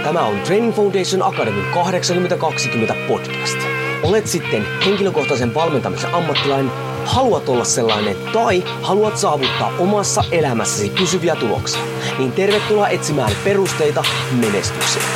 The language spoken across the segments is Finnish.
Tämä on Training Foundation Academy 8020 podcast. Olet sitten henkilökohtaisen valmentamisen ammattilainen, haluat olla sellainen tai haluat saavuttaa omassa elämässäsi pysyviä tuloksia, niin tervetuloa etsimään perusteita menestykseen.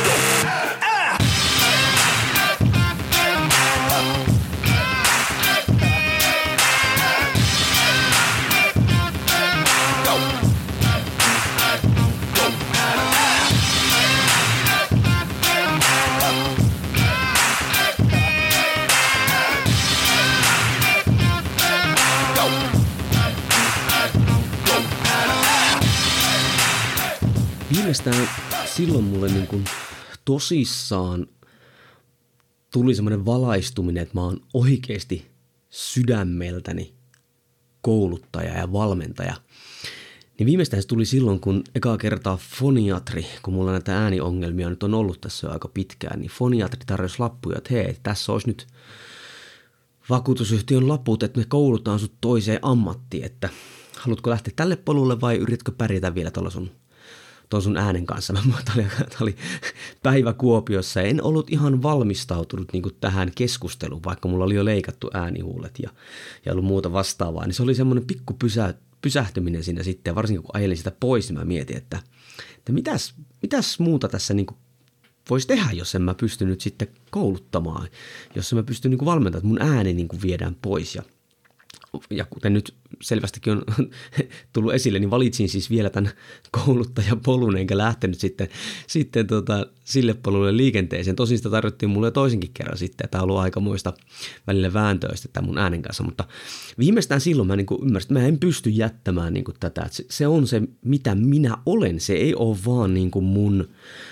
Viimeistään silloin mulle niin kuin tosissaan tuli semmoinen valaistuminen, että mä oon oikeasti sydämeltäni kouluttaja ja valmentaja. Niin viimeistään se tuli silloin, kun ekaa kertaa foniatri, kun mulla näitä ääniongelmia nyt on ollut tässä jo aika pitkään, niin foniatri tarjosi lappuja, että hei, tässä olisi nyt vakuutusyhtiön laput, että me koulutaan sut toiseen ammattiin, että haluatko lähteä tälle polulle vai yritätkö pärjätä vielä tuolla sun äänen kanssa. Tämä oli päivä Kuopiossa ja en ollut ihan valmistautunut niin kuin tähän keskusteluun, vaikka mulla oli jo leikattu äänihuulet ja ollut muuta vastaavaa. Niin se oli semmoinen pikku pysähtyminen siinä sitten, varsinkin kun ajelin sitä pois, niin mä mietin, että mitäs muuta tässä niin kuin voisi tehdä, jos en mä pysty nyt sitten kouluttamaan, jos en mä pysty niin kuin valmentamaan, että mun ääni niin kuin viedään pois ja kuten nyt selvästikin on tullut esille, niin valitsin siis vielä tämän kouluttajapolun, enkä lähtenyt sitten sille polulle liikenteeseen. Tosin sitä tarjottiin mulle toisenkin kerran sitten, että tämä on ollut aikamoista välillä vääntöistä tämän mun äänen kanssa, mutta viimeistään silloin mä niin kuin ymmärsin, että mä en pysty jättämään niin kuin tätä, että se on se, mitä minä olen, se ei ole vaan niin kuin mun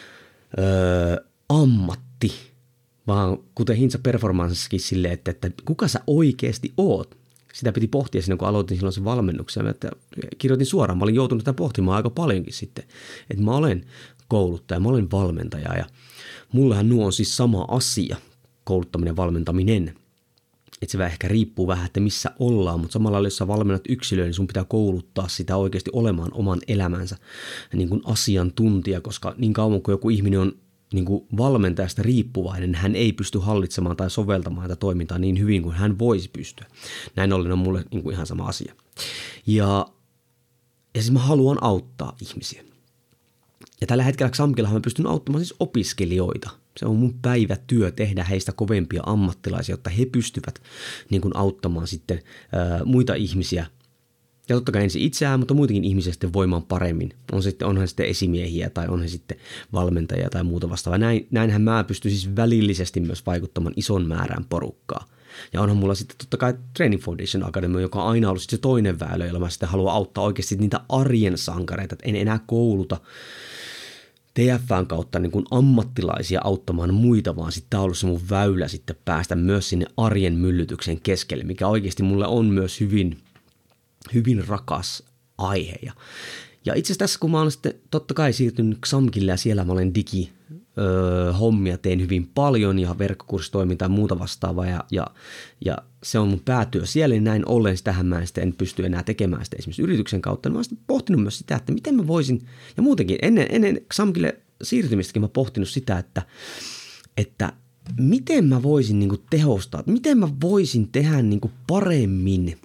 ammatti, vaan kuten Hintsa Performancessakin silleen, että kuka sä oikeasti oot. Sitä piti pohtia siinä, kun aloitin silloin sen valmennuksen. Että kirjoitin suoraan, mä olin joutunut sitä pohtimaan aika paljonkin sitten, että mä olen kouluttaja, mä olen valmentaja ja mullehan nuo on siis sama asia, kouluttaminen ja valmentaminen. Että se ehkä riippuu vähän, että missä ollaan, mutta samalla jos sä valmennat yksilöä, niin sun pitää kouluttaa sitä oikeasti olemaan oman elämänsä niin kuin asiantuntija, koska niin kauan kuin joku ihminen on niin kuin valmentajasta riippuvainen, hän ei pysty hallitsemaan tai soveltamaan tätä toimintaa niin hyvin kuin hän voisi pystyä. Näin ollen on mulle niin kuin ihan sama asia. Ja siis mä haluan auttaa ihmisiä. Ja tällä hetkellä XAMKilla mä pystyn auttamaan siis opiskelijoita. Se on mun päivätyö tehdä heistä kovempia ammattilaisia, jotta he pystyvät niin kuin auttamaan sitten muita ihmisiä. Ja totta kai ensin itseään, mutta muitakin ihmisiä sitten voimaan paremmin. Onhan sitten esimiehiä tai onhan sitten valmentajia tai muuta vastaavaa. Näinhän mä pystyn siis välillisesti myös vaikuttamaan ison määrään porukkaa. Ja onhan mulla sitten totta kai Training Foundation Academy, joka on aina ollut sitten se toinen väylä, jolla mä sitten haluan auttaa oikeasti niitä arjen sankareita. Että en enää kouluta TF:n kautta niin kuin ammattilaisia auttamaan muita, vaan sitten tämä on ollut se mun väylä sitten päästä myös sinne arjen myllytyksen keskelle, mikä oikeasti mulle on myös hyvin rakas aihe. Ja itse asiassa tässä, kun mä oon sitten totta kai siirtynyt XAMKille ja siellä mä olen hommia teen hyvin paljon ja verkkokurssitoimintaa ja muuta vastaavaa ja se on mun päätyö siellä, niin näin ollen sitähän mä en pysty enää tekemään sitä esimerkiksi yrityksen kautta. Mä oon sitten pohtinut myös sitä, että miten mä voisin, ja muutenkin ennen XAMKille siirtymistäkin mä pohtinut sitä, että miten mä voisin niin kuin tehostaa, miten mä voisin tehdä niin kuin paremmin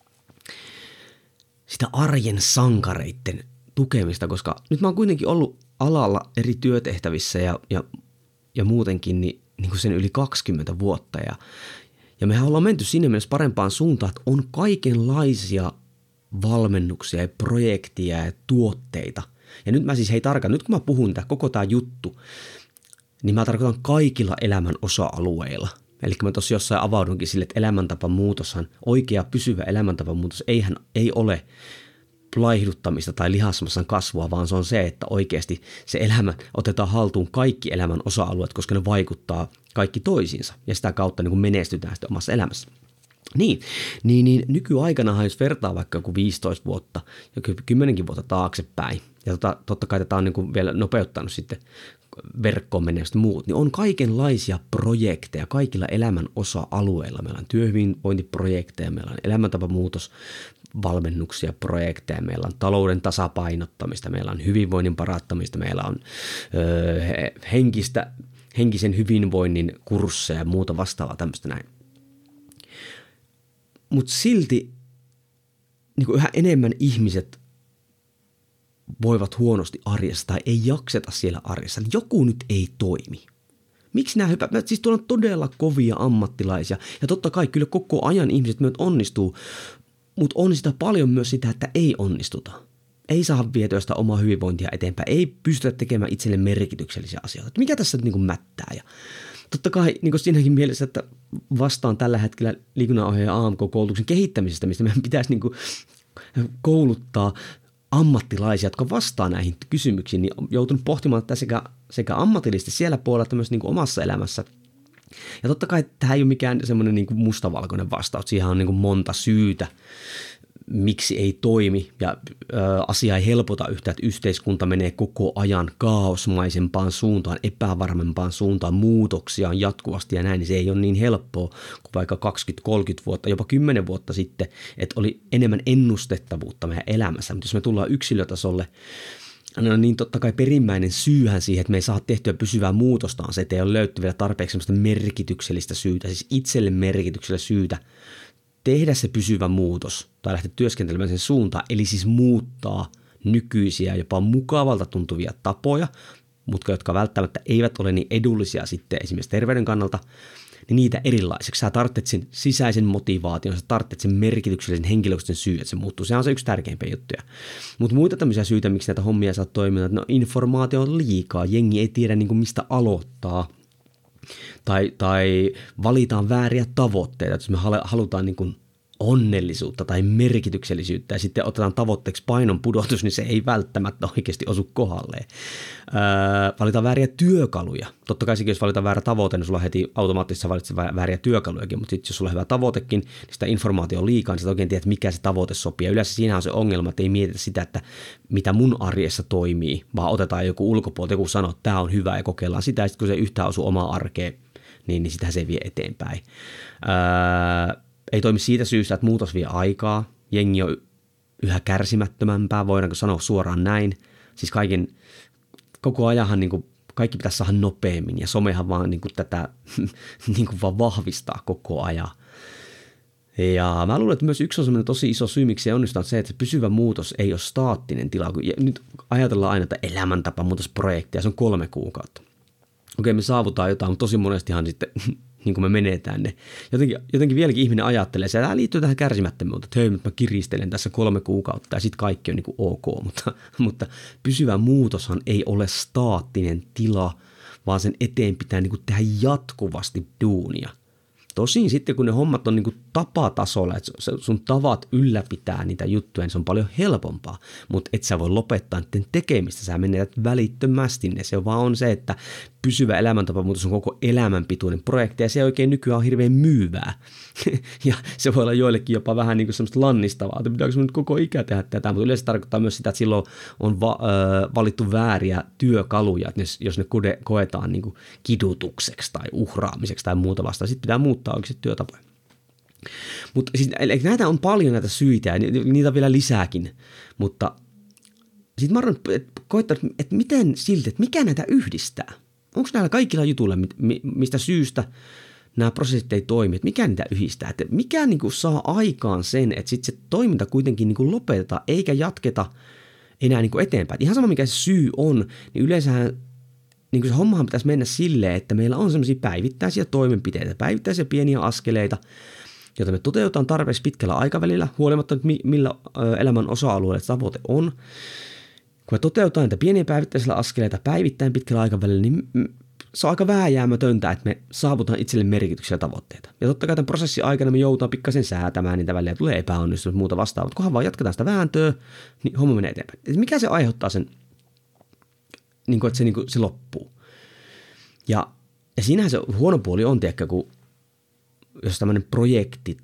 sitä arjen sankareiden tukemista, koska nyt mä oon kuitenkin ollut alalla eri työtehtävissä ja muutenkin niin kuin sen yli 20 vuotta ja mehän ollaan menty sinne mielessä parempaan suuntaan, että on kaikenlaisia valmennuksia ja projekteja ja tuotteita. Ja nyt mä siis nyt kun mä puhun koko tää juttu, niin mä tarkoitan kaikilla elämän osa-alueilla. Eli mä tuossa jossain avaudunkin sille, että elämäntapamuutoshan, oikea pysyvä elämäntapamuutos ei ole laihduttamista tai lihasmassan kasvua, vaan se on se, että oikeasti se elämä otetaan haltuun kaikki elämän osa-alueet, koska ne vaikuttaa kaikki toisiinsa ja sitä kautta niin kuin menestytään sitten omassa elämässä. Niin nykyaikanahan jos vertaa vaikka joku 15 vuotta ja 10 vuotta taaksepäin, ja totta kai tätä on niin kuin vielä nopeuttanut sitten verkkoon menevästä muut, niin on kaikenlaisia projekteja kaikilla elämän osa-alueilla. Meillä on työhyvinvointiprojekteja, meillä on elämäntapamuutos valmennuksia, projekteja, meillä on talouden tasapainottamista, meillä on hyvinvoinnin parantamista, meillä on henkisen hyvinvoinnin kursseja ja muuta vastaavaa tämmöistä näin. Mutta silti niin kuin yhä enemmän ihmiset voivat huonosti arjessa tai ei jakseta siellä arjessa. Joku nyt ei toimi. Miksi nämä siis tuolla on todella kovia ammattilaisia ja totta kai kyllä koko ajan ihmiset myös onnistuu, mutta on sitä paljon myös sitä, että ei onnistuta. Ei saa vietyä sitä omaa hyvinvointia eteenpäin, ei pystytä tekemään itselle merkityksellisiä asioita. Mikä tässä nyt niin kuin mättää? Ja totta kai niin kuin siinäkin mielessä, että vastaan tällä hetkellä liikunnanohjaaja AMK-koulutuksen kehittämisestä, mistä meidän pitäisi niin kuin kouluttaa ammattilaisia, jotka vastaa näihin kysymyksiin, niin on joutunut pohtimaan tätä sekä ammatillisesti siellä puolella että myös niin kuin omassa elämässä. Ja totta kai tämä ei ole mikään semmoinen niin kuin mustavalkoinen vastaus. Siihen on niin kuin monta syytä, miksi ei toimi ja asia ei helpota yhtään, että yhteiskunta menee koko ajan kaosmaisempaan suuntaan, epävarmempaan suuntaan, muutoksia on jatkuvasti ja näin, niin se ei ole niin helppoa kuin vaikka 20-30 vuotta, jopa 10 vuotta sitten, että oli enemmän ennustettavuutta meidän elämässä, mutta jos me tullaan yksilötasolle, niin totta kai perimmäinen syyhän siihen, että me ei saa tehtyä pysyvää muutosta on se, että ei ole löytynyt vielä tarpeeksi sellaista merkityksellistä syytä, siis itselle merkityksellistä syytä, tehdä se pysyvä muutos tai lähteä työskentelemään sen suuntaan, eli siis muuttaa nykyisiä jopa mukavalta tuntuvia tapoja, mutta jotka välttämättä eivät ole niin edullisia sitten esimerkiksi terveyden kannalta, niin niitä erilaiseksi. Sä tarvitset sen sisäisen motivaation, sä tarvitset sen merkityksellisen henkilökohtaisen syyn, että se muuttuu. Se on se yksi tärkeimpiä juttuja. Mutta muita tämmöisiä syitä, miksi näitä hommia saa toimia, että no informaatio on liikaa, jengi ei tiedä niin kuin mistä aloittaa. Tai valitaan vääriä tavoitteita, jos me halutaan niin kuin onnellisuutta tai merkityksellisyyttä ja sitten otetaan tavoitteeksi painon pudotus, niin se ei välttämättä oikeasti osu kohdalleen. Valitaan vääriä työkaluja. Totta kai jos valitaan väärä tavoite, niin sulla heti automaattisesti valitset vääriä työkalujakin, mutta sitten jos sulla on hyvä tavoitekin, niin sitä informaatio on liikaa, niin sä oikein tiedät, mikä se tavoite sopii. Ja yleensä siinä on se ongelma, että ei mietitä sitä, että mitä mun arjessa toimii, vaan otetaan joku ulkopuolelta, joku sanoo, että tämä on hyvä ja kokeillaan sitä, ja sitten kun se yhtään osuu omaa arkeen, niin sitähän se vie eteenpäin. Ei toimi siitä syystä, että muutos vie aikaa, jengi on yhä kärsimättömämpää, voidaanko sanoa suoraan näin. Siis koko ajanhan niin kuin, kaikki pitäisi saada nopeammin ja somehan vaan niin kuin tätä niin kuin vaan vahvistaa koko ajan. Ja mä luulen, että myös yksi on semmoinen tosi iso syy, miksi se onnistuu, se, että se pysyvä muutos ei ole staattinen tila. Nyt ajatellaan aina, että elämäntapamuutosprojektia, se on 3 kuukautta. Okei, me saavutaan jotain, mutta tosi monestihan sitten niin kuin me menetään ne. Jotenkin vieläkin ihminen ajattelee, että tämä liittyy tähän kärsimättömyyteen, että hei, mä kiristelen tässä 3 kuukautta ja sitten kaikki on niin kuin ok, mutta pysyvä muutoshan ei ole staattinen tila, vaan sen eteen pitää niin kuin tehdä jatkuvasti duunia. Tosin sitten, kun ne hommat on niin kuin tapatasolla, että sun tavat ylläpitää niitä juttuja, niin se on paljon helpompaa, mutta et sä voi lopettaa niiden tekemistä, sä menetät välittömästi ne. Se vaan on se, että pysyvä elämäntapamuutos on koko elämänpituinen projekti ja se oikein nykyään on hirveän myyvää. Ja se voi olla joillekin jopa vähän niin kuin semmoista lannistavaa, että pitääkö nyt koko ikä tehdä tätä, mutta yleensä tarkoittaa myös sitä, että silloin on valittu vääriä työkaluja, että jos ne koetaan niin kuin kidutukseksi tai uhraamiseksi tai muuta vastaan, sitten pitää muuttaa oikeasti työtapoja. Mutta siis, näitä on paljon näitä syitä ja niitä on vielä lisääkin, mutta sitten mä oon koettanut, että miten silti, että mikä näitä yhdistää? Onko näillä kaikilla jutuilla, mistä syystä nämä prosessit ei toimi, että mikä niitä yhdistää? Että mikä niin kuin saa aikaan sen, että sitten se toiminta kuitenkin niin kuin lopetetaan eikä jatketa enää niin kuin eteenpäin. Ihan sama mikä se syy on, niin yleensähän niin kuin se hommahan pitäisi mennä silleen, että meillä on sellaisia päivittäisiä toimenpiteitä, päivittäisiä pieniä askeleita, joita me toteutetaan tarpeeksi pitkällä aikavälillä, huolimatta millä elämän osa-alueella tavoite on. Kun me toteutetaan niitä pieniä päivittäisiä askeleita päivittäin pitkällä aikavälillä, niin se on aika vääjäämätöntä, että me saavutaan itselle merkityksiä tavoitteita. Ja totta kai tämän prosessin aikana me joudutaan pikkasen säätämään niitä välillä, tulee epäonnistumista muuta vastaavaa. Mutta kunhan vaan jatketaan sitä vääntöä, niin homma menee eteenpäin. Et mikä se aiheuttaa sen, niin kuin, että se loppuu? Ja siinähän se huono puoli on, tiedäkö, kun jos tämmöinen projekti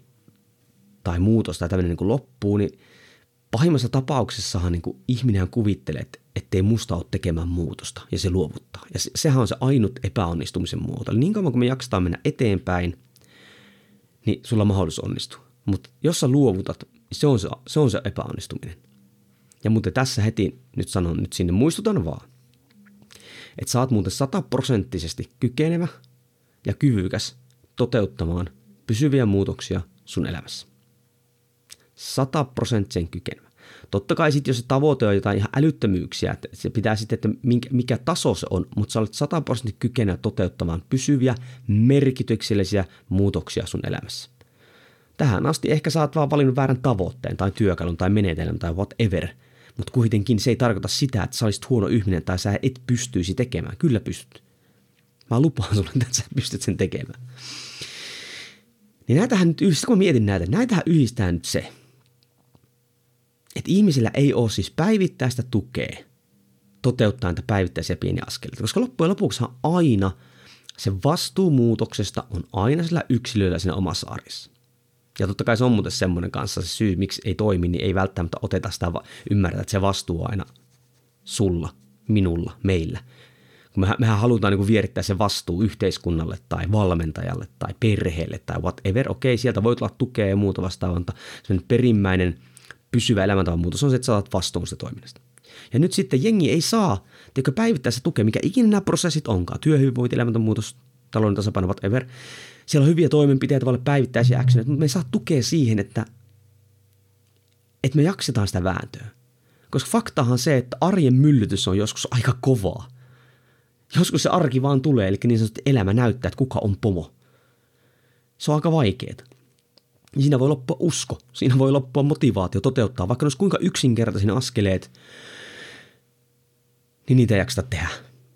tai muutos tai tämmöinen niin loppuu, niin pahimmassa tapauksessahan niin ihminen kuvittelee, että ettei musta ole tekemään muutosta ja se luovuttaa. Ja sehän on se ainut epäonnistumisen muoto. Eli niin kauan kun me jaksetaan mennä eteenpäin, niin sulla on mahdollisuus onnistua. Mutta jos sä luovutat, se on se epäonnistuminen. Ja muuten tässä heti nyt sanon, nyt sinne muistutan vaan, että sä oot muuten 100% kykenevä ja kyvykäs toteuttamaan pysyviä muutoksia sun elämässä. 100% kykenevä. Totta kai sitten, jos se tavoite on jotain ihan älyttömyyksiä, että se pitää sitten, että mikä taso se on, mutta sä olet 100% kykenevä toteuttamaan pysyviä, merkityksellisiä muutoksia sun elämässä. Tähän asti ehkä sä oot vaan valinnut väärän tavoitteen tai työkalun tai menetelmän tai whatever, mutta kuitenkin se ei tarkoita sitä, että sä olisit huono ihminen tai sä et pystyisi tekemään. Kyllä pystyt. Mä lupaan sulle, että sä pystyt sen tekemään. Niin näitähän nyt yhdistää, kun mä mietin näitähän yhdistää nyt se, että ihmisillä ei ole siis päivittäistä tukea toteuttaa näitä päivittäisiä pieniä askeleita, koska loppujen lopuksi aina se vastuu muutoksesta on aina sillä yksilöllä siinä omassa arjessa. Ja totta kai se on muuten semmoinen kanssa se syy, miksi ei toimi, niin ei välttämättä oteta sitä ymmärretä, että se vastuu on aina sulla, minulla, meillä. Kun mehän halutaan niin kuin vierittää se vastuu yhteiskunnalle tai valmentajalle tai perheelle tai whatever. Okei, sieltä voi tulla tukea ja muuta vastaavaa, mutta semmoinen perimmäinen pysyvä elämäntavan muutos on se, että sä otat vastuun sitä toiminnasta. Ja nyt sitten jengi ei saa päivittää se tukea, mikä ikinä nämä prosessit onkaan. Työhyvinvointi, elämäntavan muutos, talouden tasapaino, whatever. Siellä on hyviä toimenpiteitä, vaan päivittäisiä actioneita, mutta me ei saa tukea siihen, että me jaksetaan sitä vääntöä. Koska faktahan se, että arjen myllytys on joskus aika kovaa. Joskus se arki vaan tulee, eli niin sanotusti elämä näyttää, että kuka on pomo. Se on aika vaikeaa. Ja siinä voi loppua usko, siinä voi loppua motivaatio toteuttaa, vaikka ne olisi kuinka yksinkertaisia askeleet, niin niitä ei jakseta tehdä.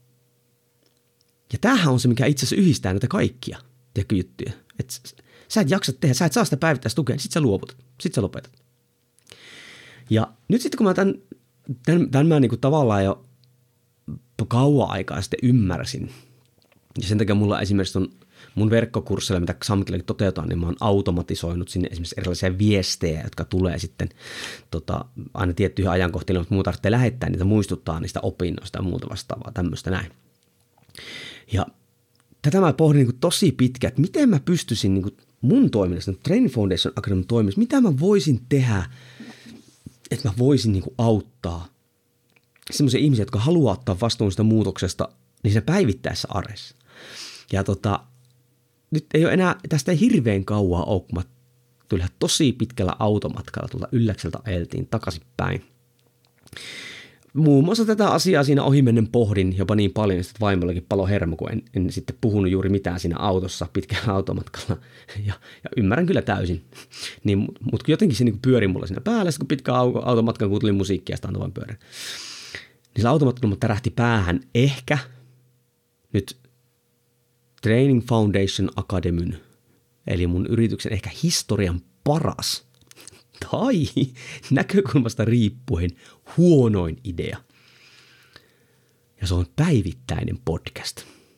Ja tämähän on se, mikä itse asiassa yhdistää näitä kaikkia juttuja. Että sä et jaksa tehdä, sä et saa sitä päivittäistä tukea, niin sit sä luovutat, sit sä lopetat. Ja nyt sitten kun mä tämän mä niinku tavallaan jo kauan aikaa sitten ymmärsin, ja sen takia mulla esimerkiksi on mun verkkokursseilla, mitä Xamkillakin toteutetaan, niin mä oon automatisoinut sinne esimerkiksi erilaisia viestejä, jotka tulee sitten aina tiettyihin ajankohtiin, mutta muuta tarvitsee lähettää niitä, muistuttaa niistä opinnoista ja muuta vastaavaa, tämmöistä näin. Ja tätä mä pohdin niin tosi pitkään, että miten mä pystyisin niin mun toiminnassa, Training Foundation Academy toiminnassa, mitä mä voisin tehdä, että mä voisin niin auttaa semmoisia ihmisiä, jotka haluaa ottaa vastuun sitä muutoksesta niin se päivittäisessä arjessa. Ja nyt ei ole enää, tästä ei hirveän kauaa ole, kun mä tulin tosi pitkällä automatkalla tuolta Ylläkseltä ajeltiin takaisinpäin. Muun muassa tätä asiaa siinä ohimennen pohdin jopa niin paljon, että vaimollakin palo hermo, kun en sitten puhunut juuri mitään siinä autossa pitkällä automatkalla. Ja ymmärrän kyllä täysin. Niin, mutta jotenkin se niin pyöri mulla siinä päällä, kun pitkä automatkan kuuntelin musiikkia ja sitä antoi vain pyörän. Niin sillä automatkalla mut tärähti päähän ehkä nyt Training Foundation Academyn, eli mun yrityksen ehkä historian paras tai näkökulmasta riippuen huonoin idea. Ja se on päivittäinen podcast.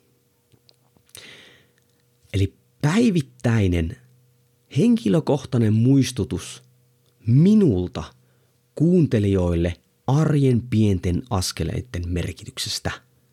Eli päivittäinen henkilökohtainen muistutus minulta kuuntelijoille arjen pienten askeleiden merkityksestä.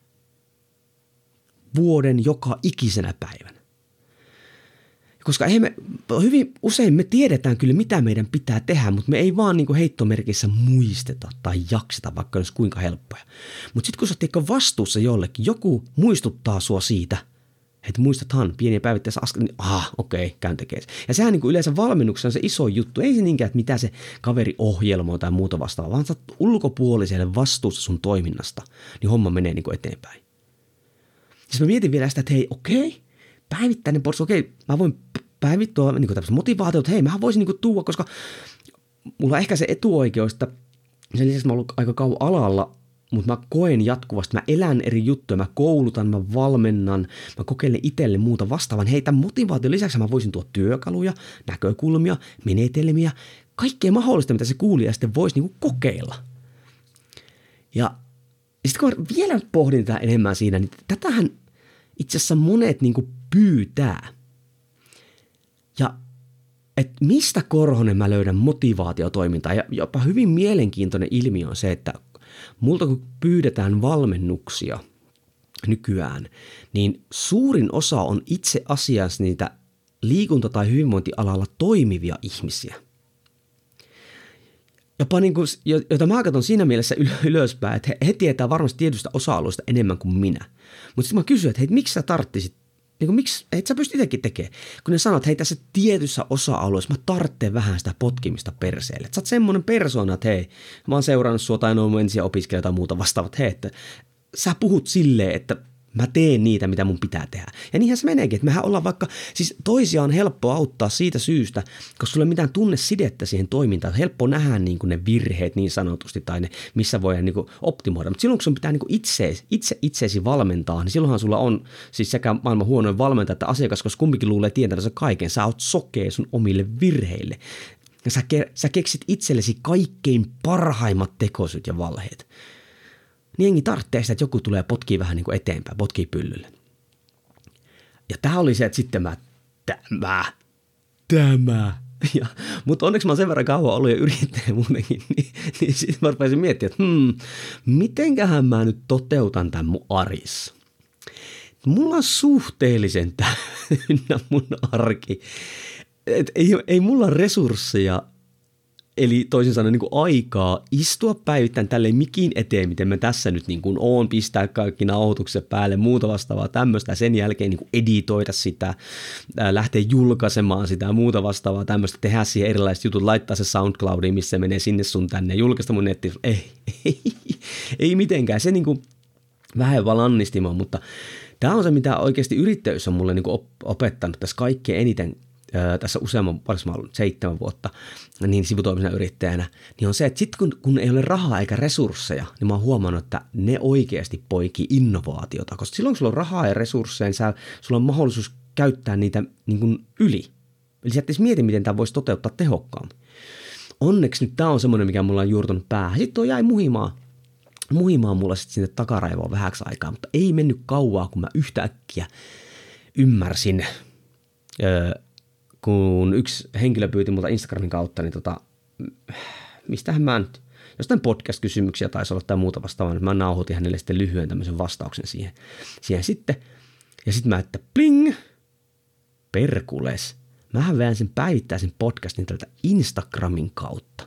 Vuoden joka ikisenä päivänä. Koska hyvin usein me tiedetään kyllä, mitä meidän pitää tehdä, mutta me ei vaan niin heittomerkissä muisteta tai jakseta, vaikka olisi kuinka helppoja. Mutta sitten kun sä oot vastuussa jollekin, joku muistuttaa sua siitä, että muistathan pieniä päivittäisiä askeleita, niin okei, käyn tekemään. Ja sehän niin yleensä valmennuksessa on se iso juttu. Ei se niinkään, että mitä se kaveri ohjelmoi tai muuta vastaavaa, vaan sä oot ulkopuoliselle vastuussa sun toiminnasta, niin homma menee niin eteenpäin. Siis mä mietin vielä sitä, että hei, päivittäinen podcast, mä voin päivittää niin tämmöistä motivaatiota, hei, mähän voisin niin tuua, koska mulla on ehkä se etuoikeus, että sen lisäksi mä oon ollut aika kauan alalla, mutta mä koen jatkuvasti, mä elän eri juttuja, mä koulutan, mä valmennan, mä kokeilen itselle muuta vastaavan. Hei, tämän motivaation lisäksi mä voisin tuoda työkaluja, näkökulmia, menetelmiä, kaikkea mahdollista, mitä se kuulija sitten voisi niin kokeilla. Ja sitten kun mä vielä pohdin tätä enemmän siinä, niin tätähän itse asiassa monet niin pyytää. Ja että mistä Korhonen mä löydän motivaatiotoimintaa. Ja jopa hyvin mielenkiintoinen ilmiö on se, että multa kun pyydetään valmennuksia nykyään, niin suurin osa on itse asiassa niitä liikunta- tai hyvinvointialalla toimivia ihmisiä. jopa niin kuin, jota mä katson siinä mielessä ylöspäin, että he tietää varmasti tietystä osa-alueesta enemmän kuin minä. Mutta sitten mä kysyn, että hei, miksi sä tarttisit, niin kuin, miksi, et sä pystyt itsekin tekemään, kun ne sanoo, että hei, tässä tietyssä osa-alueessa mä tarvitsen vähän sitä potkimista perseelle. Että sä oot semmoinen persoona, että hei, mä oon seurannut sua tai noin entisiä opiskelijoita tai muuta vastaavat, hei, että sä puhut silleen, että mä teen niitä, mitä mun pitää tehdä. Ja niinhän se meneekin, että mehän ollaan vaikka, siis toisiaan on helppo auttaa siitä syystä, koska sulla ei ole mitään tunnesidettä siihen toimintaan. Helppo nähdä niin kuin ne virheet niin sanotusti tai ne, missä voidaan niin kuin optimoida. Mutta silloin, kun sun pitää niin kuin itse itseesi valmentaa, niin silloinhan sulla on siis sekä maailman huonoin valmentaja että asiakas, koska kumpikin luulee tietävänsä kaiken. Sä oot sokea sun omille virheille. Ja sä keksit itsellesi kaikkein parhaimmat tekosyt ja valheet. Niin jengi tarvitsee sitä, että joku tulee potkii vähän niin kuin eteenpäin, potkii pyllylle. Ja tämä oli se, että sitten tämä. Mutta onneksi mä oon sen verran kauan ollut ja yrittäjä muutenkin, niin sitten mä rupesin miettimään, että mitenköhän mä nyt toteutan tämän mun arissa. Mulla on suhteellisen täynnä mun arki. Et ei mulla resursseja. Eli toisin sanoen niin kuin aikaa istua päivittäin tälleen mikin eteen, miten mä tässä nyt niin kuin oon, pistää kaikki nauhoitukset päälle, muuta vastaavaa tämmöistä, sen jälkeen niin kuin editoida sitä, lähteä julkaisemaan sitä ja muuta vastaavaa tämmöistä, tehdä siihen erilaiset jutut, laittaa se SoundCloudiin, missä menee sinne sun tänne, julkaista mun netti, ei mitenkään, se niin kuin vähän vaan lannistimaan, mutta tämä on se, mitä oikeasti yrittäjyys on mulle niin kuin opettanut tässä kaikkein eniten, tässä useamman, varsin mä ollut 7 vuotta, niin sivutoimisena yrittäjänä, niin on se, että sitten kun ei ole rahaa eikä resursseja, niin mä oon huomannut, että ne oikeasti poikii innovaatiota, koska silloin kun sulla on rahaa ja resursseja, niin sulla on mahdollisuus käyttää niitä niin kuin yli. Eli sä et edes mieti, miten tämä voisi toteuttaa tehokkaammin. Onneksi nyt tämä on semmoinen, mikä mulla on juurtunut päähän. Sitten tuo jäi muhimaan mulla sitten sinne takaraivoon vähäksi aikaa, mutta ei mennyt kauaa, kun mä yhtäkkiä ymmärsin, kun yksi henkilö pyyti multa Instagramin kautta, niin mistähän mä nyt, jostain podcast-kysymyksiä taisi olla tai muuta vastaavaa, niin mä nauhoitin hänelle sitten lyhyen tämmöisen vastauksen siihen sitten. Ja sitten mä, että pling, perkules, mähän veän sen päivittäisen podcastin tältä Instagramin kautta.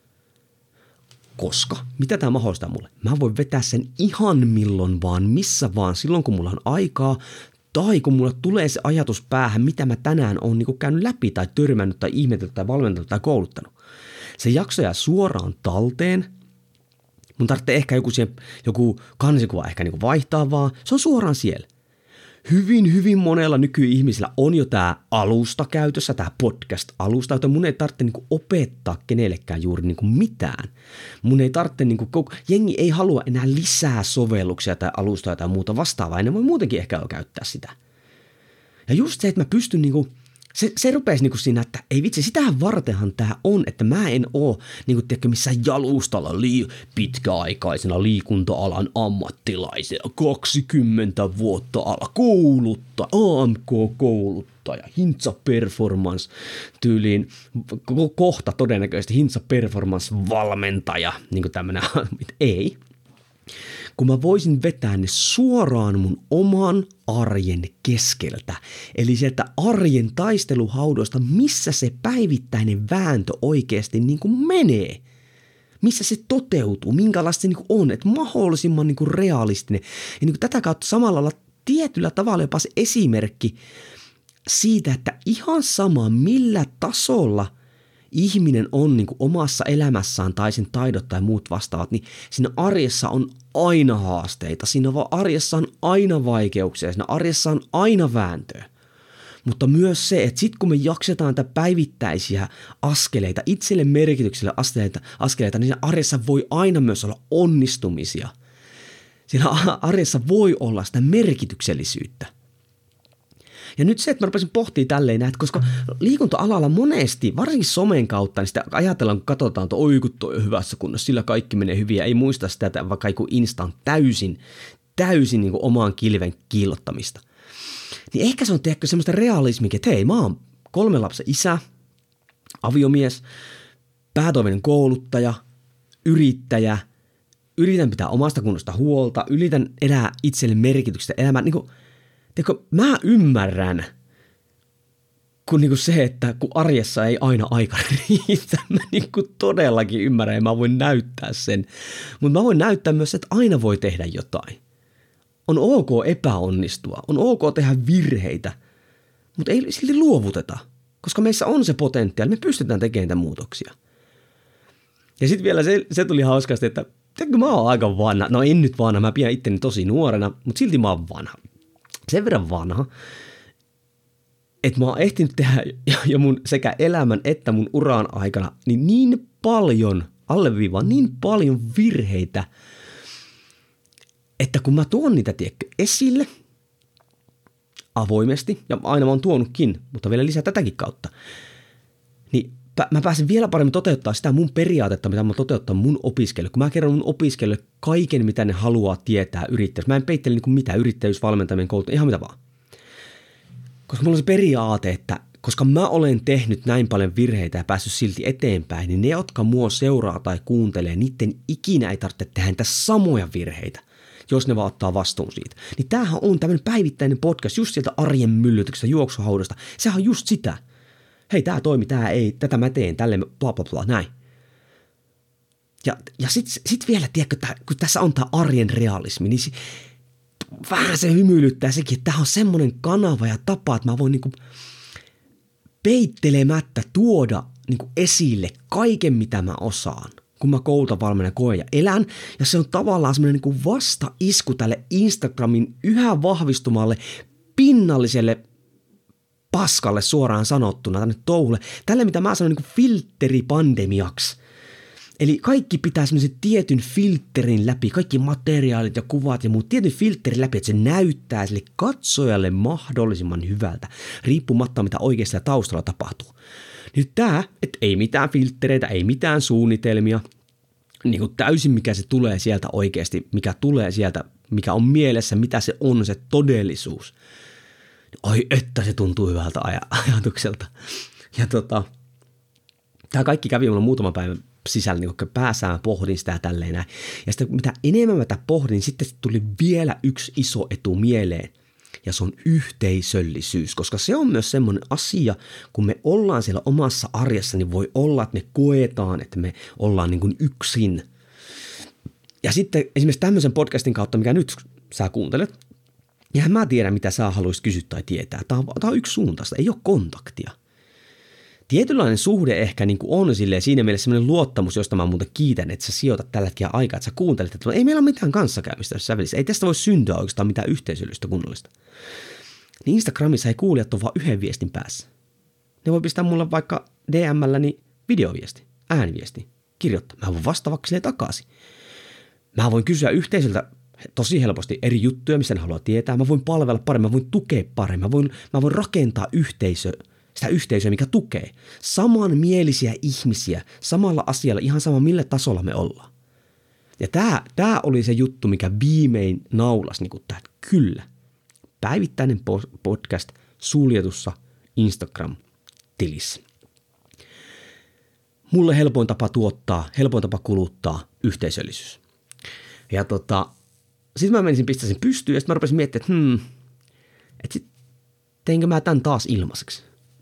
Koska, mitä tämä mahdollistaa mulle? Mä voin vetää sen ihan milloin vaan, missä vaan, silloin kun mulla on aikaa, tai kun mulla tulee se ajatus päähän, mitä mä tänään oon niin kuin käynyt läpi tai törmännyt tai ihmetellyt tai valmentanut tai kouluttanut. Se jakso jää suoraan talteen. Mun tarvitsee ehkä joku kansikuva ehkä niin kuin vaihtaa vaan. Se on suoraan siellä. Hyvin monella nykyihmisillä on jo tämä alusta käytössä, tämä podcast-alusta, jota mun ei tarvitse niin kuin opettaa kenellekään juuri niin kuin mitään. Mun ei tarvitse, niin kuin, jengi ei halua enää lisää sovelluksia tai alustoja tai muuta vastaavaa, ne voi muutenkin ehkä jo käyttää sitä. Ja just se, että mä pystyn niin kuin, se rupesi niin kuin siinä, että ei vitsi, sitähän vartenhan tämä on, että mä en ole niin kuin, tiedätkö, missään jalustalla pitkäaikaisena liikunta-alan ammattilaisena, 20 vuotta ala kouluttaja, AMK-kouluttaja, Hintsa Performance tyyliin, kohta todennäköisesti Hintsa Performance-valmentaja, niin kuin tämmöinen, ei. Kun mä voisin vetää ne suoraan mun oman arjen keskeltä. Eli sieltä arjen taisteluhaudoista, missä se päivittäinen vääntö oikeasti niin kuin menee. Missä se toteutuu, minkälaista se niin kuin on, että mahdollisimman niin kuin realistinen. Ja niin kuin tätä kautta samalla lailla tietyllä tavalla jopa se esimerkki siitä, että ihan sama millä tasolla ihminen on niin kuin omassa elämässään tai sen taidot tai muut vastaavat, niin siinä arjessa on aina haasteita, siinä arjessa on aina vaikeuksia, siinä arjessa on aina vääntöä. Mutta myös se, että sitten kun me jaksetaan tätä päivittäisiä askeleita, itselle merkitykselle askeleita, niin siinä arjessa voi aina myös olla onnistumisia. Siinä arjessa voi olla sitä merkityksellisyyttä. Ja nyt se, että mä rupesin pohtimaan tälleen näitä, koska liikunta-alalla monesti, varsinkin somen kautta, niin sitä ajatellaan, kun katsotaan, että oi kun toi on hyvässä kunnossa, sillä kaikki menee hyvin, ja ei muista sitä, että vaikka joku Insta on täysin niin kuin omaan kilven kiillottamista. Niin ehkä se on tehty semmoista realismia, että hei, mä oon 3 lapsen isä, aviomies, päätoiminen kouluttaja, yrittäjä, yritän pitää omasta kunnosta huolta, yritän elää itselle merkityksestä elämää, niin kuin, mä ymmärrän kuin niinku se, että kun arjessa ei aina aika riitä, mä niinku todellakin ymmärrän ja mä voin näyttää sen. Mutta mä voin näyttää myös, että aina voi tehdä jotain. On ok epäonnistua, on ok tehdä virheitä, mutta ei silti luovuteta, koska meissä on se potentiaali, me pystytään tekemään niitä muutoksia. Ja sitten vielä se tuli hauskasti, että mä oon aika vanha, no en nyt vanha, mä pidän itteni tosi nuorena, mutta silti mä oon vanha. Sen verran vanha, että mä oon ehtinyt tehdä jo mun sekä elämän että mun uraan aikana niin paljon, alleviivaan, niin paljon virheitä, että kun mä tuon niitä esille avoimesti, ja aina mä oon tuonutkin, mutta vielä lisää tätäkin kautta, niin mä pääsen vielä paremmin toteuttaa sitä mun periaatetta, mitä mä toteuttaa mun opiskelijoille. Kun mä kerron mun opiskelijoille kaiken, mitä ne haluaa tietää yrittäjyys. Mä en peittele niin mitään yrittäjyys, valmentaminen, koulutus, ihan mitä vaan. Koska mulla on se periaate, että koska mä olen tehnyt näin paljon virheitä ja päässyt silti eteenpäin, niin ne, jotka mua seuraa tai kuuntelee, niiden ikinä ei tarvitse tehdä niitä samoja virheitä, jos ne vaan ottaa vastuun siitä. Niin tämähän on tämmöinen päivittäinen podcast just sieltä arjen myllytyksestä, juoksuhaudasta. Sehän on just sitä. Hei, tää toimi, tää ei, tätä mä teen, tälleen bla bla bla, näin. Ja sit vielä, tiedätkö, kun tässä on tää arjen realismi, niin vähän se hymyilyttää sekin, että tää on semmoinen kanava ja tapa, että mä voin niinku peittelemättä tuoda niinku esille kaiken, mitä mä osaan, kun mä koulutan, valmennan, koen ja elän. Ja se on tavallaan semmoinen niinku vastaisku tälle Instagramin yhä vahvistumalle pinnalliselle paskalle suoraan sanottuna tänne touhulle. Tälle, mitä mä sanon niin kuin filteripandemiaksi. Eli kaikki pitää semmoisen tietyn filterin läpi, kaikki materiaalit ja kuvat ja muut tietyn filterin läpi, että se näyttää sille katsojalle mahdollisimman hyvältä, riippumatta mitä oikeasti taustalla tapahtuu. Nyt tää, että ei mitään filtereitä, ei mitään suunnitelmia, niin kuin täysin mikä se tulee sieltä oikeasti, mikä tulee sieltä, mikä on mielessä, mitä se on se todellisuus. Ai että se tuntuu hyvältä ajatukselta. Ja tämä kaikki kävi mulla muutaman päivän sisällä, niin kun päässään pohdin sitä ja tälleen näin. Ja sitten mitä enemmän mä tätä pohdin, sitten tuli vielä yksi iso etu mieleen. Ja se on yhteisöllisyys, koska se on myös semmoinen asia, kun me ollaan siellä omassa arjessa, niin voi olla, että me koetaan, että me ollaan niin kuin yksin. Ja sitten esimerkiksi tämmöisen podcastin kautta, mikä nyt sä kuuntelet, eihän mä tiedä, mitä sä haluaisit kysyä tai tietää. Tämä on yksi suuntaista, ei ole kontaktia. Tietynlainen suhde ehkä niin kuin on silleen, siinä mielessä sellainen luottamus, josta mä muuten kiitän, että sä sijoitat tällä hetkellä aikaa, että sä kuuntelet, että ei meillä ole mitään kanssakäymistä tässä välissä. Ei tästä voi syntyä oikeastaan mitään yhteisöllistä kunnollista. Niin Instagramissa ei kuulijat ole vaan yhden viestin päässä. Ne voi pistää mulle vaikka DM:lläni videoviesti, ääniviesti, kirjoittaa. Mä voin vastaavaksi sille takaisin. Mä voin kysyä yhteisöltä tosi helposti eri juttuja, mistä ne haluaa tietää. Mä voin palvella paremmin, mä voin tukea paremmin, mä voin rakentaa sitä yhteisöä, mikä tukee samanmielisiä ihmisiä samalla asialla, ihan sama millä tasolla me ollaan. Ja tää oli se juttu, mikä viimein naulasi, niin että kyllä, päivittäinen podcast suljetussa Instagram-tilissä. Mulle helpoin tapa tuottaa, helpoin tapa kuluttaa yhteisöllisyys. Ja sitten mä menisin pistäisin pystyyn ja sitten mä rupesin miettimään, että teinkö mä tämän taas ilmaiseksi.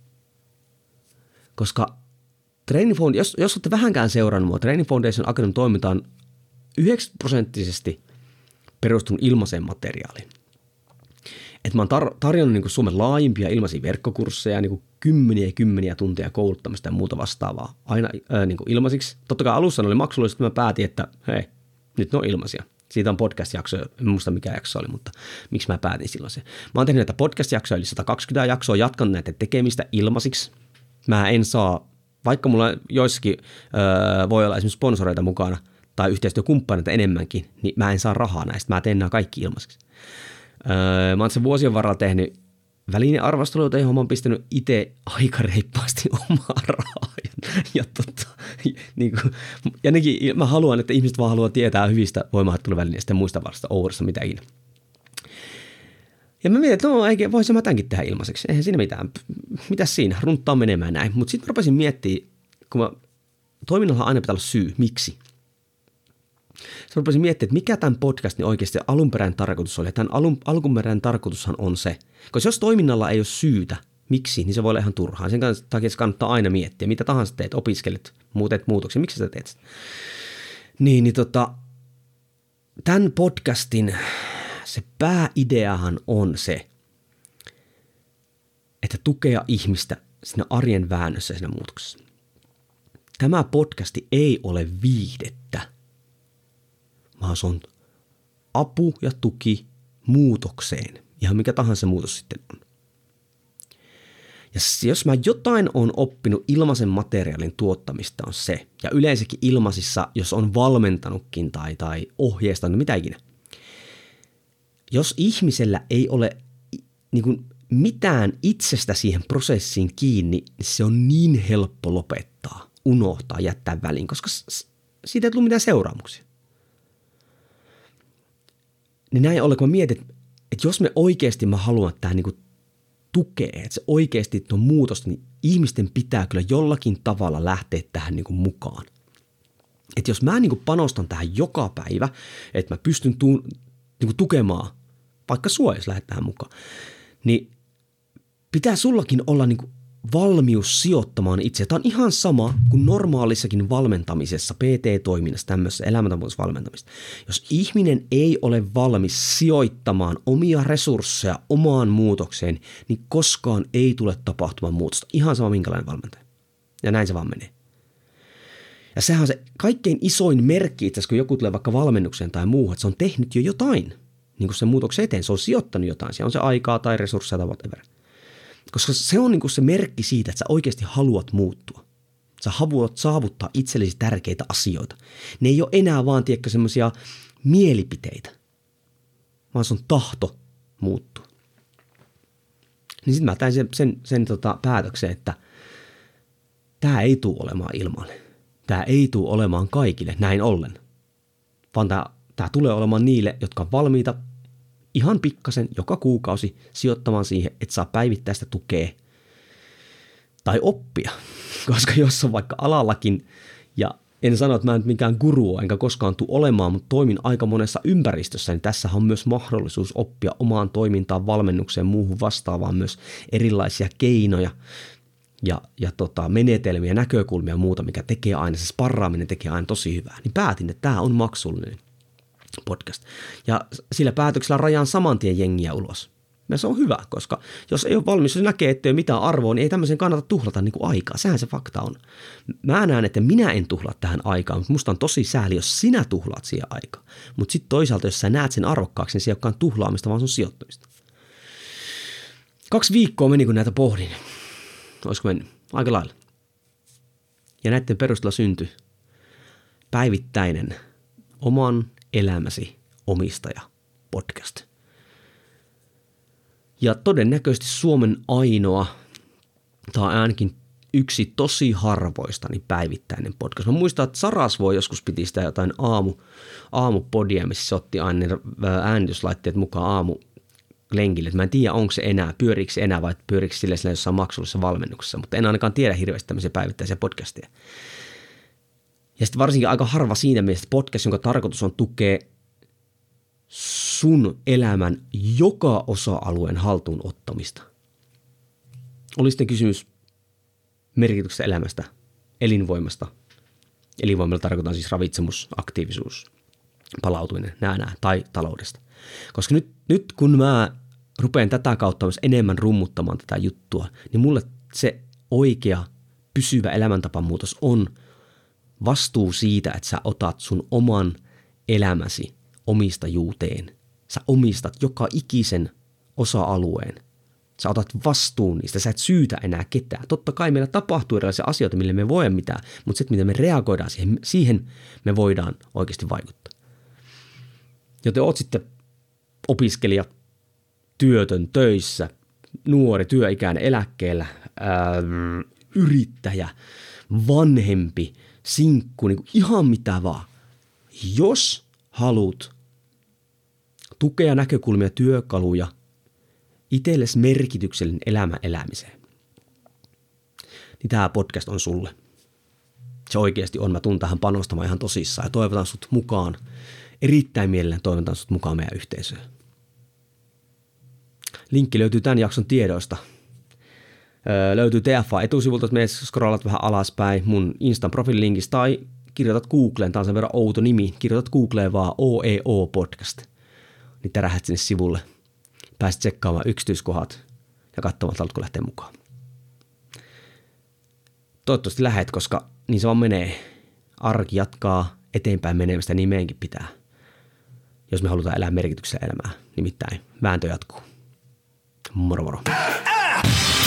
Koska jos olette vähänkään seurannut mua, Training Foundation Academy toiminta on 90% perustunut ilmaiseen materiaaliin. Että mä oon tarjonnut niin Suomen laajimpia ilmaisia verkkokursseja, niin kymmeniä tunteja kouluttamista ja muuta vastaavaa aina niin ilmaisiksi. Totta kai alussa ne oli maksullisesti, että mä päätin, että hei, nyt ne on ilmaisia. Siitä on podcast-jakso, en muista mikä jakso oli, mutta miksi mä päätin silloin se. Mä oon tehnyt näitä podcast-jaksoja, eli 120 jaksoa, jatkan näitä tekemistä ilmaisiksi. Mä en saa, vaikka mulla joissakin voi olla esimerkiksi sponsoreita mukana tai yhteistyökumppaneita enemmänkin, niin mä en saa rahaa näistä, mä teen nämä kaikki ilmaiseksi. Mä oon sen vuosien varrella tehnyt välinearvosteluita, johon mä oon pistänyt itse aika reippaasti omaa rahaa. Ja nekin, mä haluan, että ihmiset vaan haluaa tietää hyvistä voimaharjoitteluvälineistä ja muista vasta overista mitä ikinä. Ja mä mietin, että voisin mä tämänkin tehdä ilmaiseksi. Eihän siinä mitään. Mitäs siinä? Runttaa menemään näin. Mutta sitten mä rupesin miettimään, kun toiminnalla aina pitää olla syy. Miksi? Sitten mä rupesin miettimään, että mikä tämän podcastin oikeasti alunperäinen tarkoitus oli. Ja tämän alkuperäinen tarkoitushan on se, koska jos toiminnalla ei ole syytä, Miksi? Niin se voi olla ihan turhaa. Sen takia se kannattaa aina miettiä, mitä tahansa teet, opiskelet, teet muutoksia, miksi sä teet sitä? Tämän podcastin se pääideahan on se, että tukea ihmistä siinä arjen väännössä ja siinä muutoksessa. Tämä podcasti ei ole viihdettä, vaan se on apu ja tuki muutokseen, ihan mikä tahansa muutos sitten on. Ja jos mä jotain on oppinut ilmaisen materiaalin tuottamista on se, ja yleensäkin ilmaisissa, jos on valmentanutkin tai ohjeistanut, mitä ikinä. Jos ihmisellä ei ole niin kuin mitään itsestä siihen prosessiin kiinni, niin se on niin helppo lopettaa, unohtaa, jättää väliin, koska siitä ei tule mitään seuraamuksia. Niin näin ollen, kun mä mietin, että jos me oikeasti mä haluan, että tämä niin tukee, että se oikeasti on muutosta, niin ihmisten pitää kyllä jollakin tavalla lähteä tähän niin kuin mukaan. Että jos mä niin kuin panostan tähän joka päivä, että mä pystyn niin kuin tukemaan, vaikka sua jos lähdet tähän mukaan, niin pitää sullakin olla niin kuin valmius sijoittamaan itse. Tämä on ihan sama kuin normaalissakin valmentamisessa, PT-toiminnassa, tämmöisessä elämäntapamuutosvalmentamista. Jos ihminen ei ole valmis sijoittamaan omia resursseja omaan muutokseen, niin koskaan ei tule tapahtumaan muutosta. Ihan sama minkälainen valmentaja. Ja näin se vaan menee. Ja sehän on se kaikkein isoin merkki itse asiassa, kun joku tulee vaikka valmennukseen tai muuhun, että se on tehnyt jo jotain niin kuin sen muutoksen eteen. Se on sijoittanut jotain. Siellä on se aikaa tai resursseja tai whatever. Koska se on niin kuin se merkki siitä, että sä oikeasti haluat muuttua. Sä haluat saavuttaa itsellesi tärkeitä asioita. Ne ei ole enää vaan, tiedätkö, semmoisia mielipiteitä, vaan se on tahto muuttua. Niin sitten mä tein sen päätöksen, että tämä ei tule olemaan ilmainen. Tämä ei tule olemaan kaikille näin ollen. Vaan tämä tulee olemaan niille, jotka on valmiita ihan pikkasen joka kuukausi sijoittamaan siihen, että saa päivittäistä tukea tai oppia. Koska jos on vaikka alallakin, ja en sano, että mä en nyt mikään guru enkä koskaan tule olemaan, mutta toimin aika monessa ympäristössä, niin tässä on myös mahdollisuus oppia omaan toimintaan, valmennukseen, muuhun vastaavaan myös erilaisia keinoja ja menetelmiä, näkökulmia ja muuta, mikä tekee aina, se sparraaminen tekee aina tosi hyvää. Niin päätin, että tämä on maksullinen podcast. Ja sillä päätöksellä rajaan saman tien jengiä ulos. Ja se on hyvä, koska jos ei ole valmis, jos näkee, ettei ole mitään arvoa, niin ei tämmöisen kannata tuhlata niin kuin aikaa. Sehän se fakta on. Mä näen, että minä en tuhlaa tähän aikaan, mutta musta on tosi sääli, jos sinä tuhlaat siihen aikaan. Mutta sitten toisaalta, jos sä näet sen arvokkaaksi, niin se ei olekaan tuhlaamista, vaan se on sijoittamista. 2 viikkoa meni, kun näitä pohdin. Olisiko mennyt? Aika lailla. Ja näiden perusteella syntyi päivittäinen oman elämäsi omistaja podcast. Ja todennäköisesti Suomen ainoa, tai ainakin yksi tosi harvoista, niin päivittäinen podcast. Mä muistan, että Sarasvuo joskus piti sitä jotain aamupodia, missä se otti aina äänityslaitteet mukaan aamulenkille. Mä en tiedä, onko se enää, pyöriikö se enää vai pyöriikö sillä jossain maksullisessa valmennuksessa, mutta en ainakaan tiedä hirveästi tämmöisiä päivittäisiä podcasteja. Ja sitten varsinkin aika harva siinä mielessä podcast, jonka tarkoitus on tukea sun elämän joka osa-alueen haltuun ottamista. Oli sitten kysymys merkityksestä elämästä, elinvoimasta. Elinvoimalla tarkoitan siis ravitsemus, aktiivisuus, palautuminen, nää, tai taloudesta. Koska nyt kun mä rupean tätä kautta myös enemmän rummuttamaan tätä juttua, niin mulle se oikea, pysyvä elämäntapamuutos on vastuu siitä, että sä otat sun oman elämäsi omistajuuteen. Sä omistat joka ikisen osa-alueen. Sä otat vastuun niistä, sä et syytä enää ketään. Totta kai meillä tapahtuu erilaisia asioita, mille me voimme mitään, mutta se, miten me reagoidaan siihen me voidaan oikeasti vaikuttaa. Joten oot sitten opiskelija, työtön, töissä, nuori, työikäinen, eläkkeellä, yrittäjä, vanhempi, sinkku, niin kuin ihan mitä vaan. Jos haluat tukea, näkökulmia, työkaluja itsellesi merkityksellinen elämän elämiseen, niin tämä podcast on sulle. Se oikeasti on. Mä tuun tähän panostamaan ihan tosissaan ja toivotan sut mukaan. Erittäin mielelläni toivotan sut mukaan meidän yhteisöön. Linkki löytyy tämän jakson tiedoista. Löytyy TFA-etusivulta, että menet scrollat vähän alaspäin mun Instan profiililinkistä tai kirjoitat Googleen, tämä on sen verran outo nimi, kirjoitat Googleen vaan OEO podcast, niin tärähät sinne sivulle. Pääset tsekkaamaan yksityiskohdat ja katsomaan, haluatko lähteä mukaan. Toivottavasti lähet, koska niin se vaan menee. Arki jatkaa eteenpäin menemistä, niin meidänkin pitää. Jos me halutaan elää merkityksellä elämää, nimittäin vääntö jatkuu. Moro moro.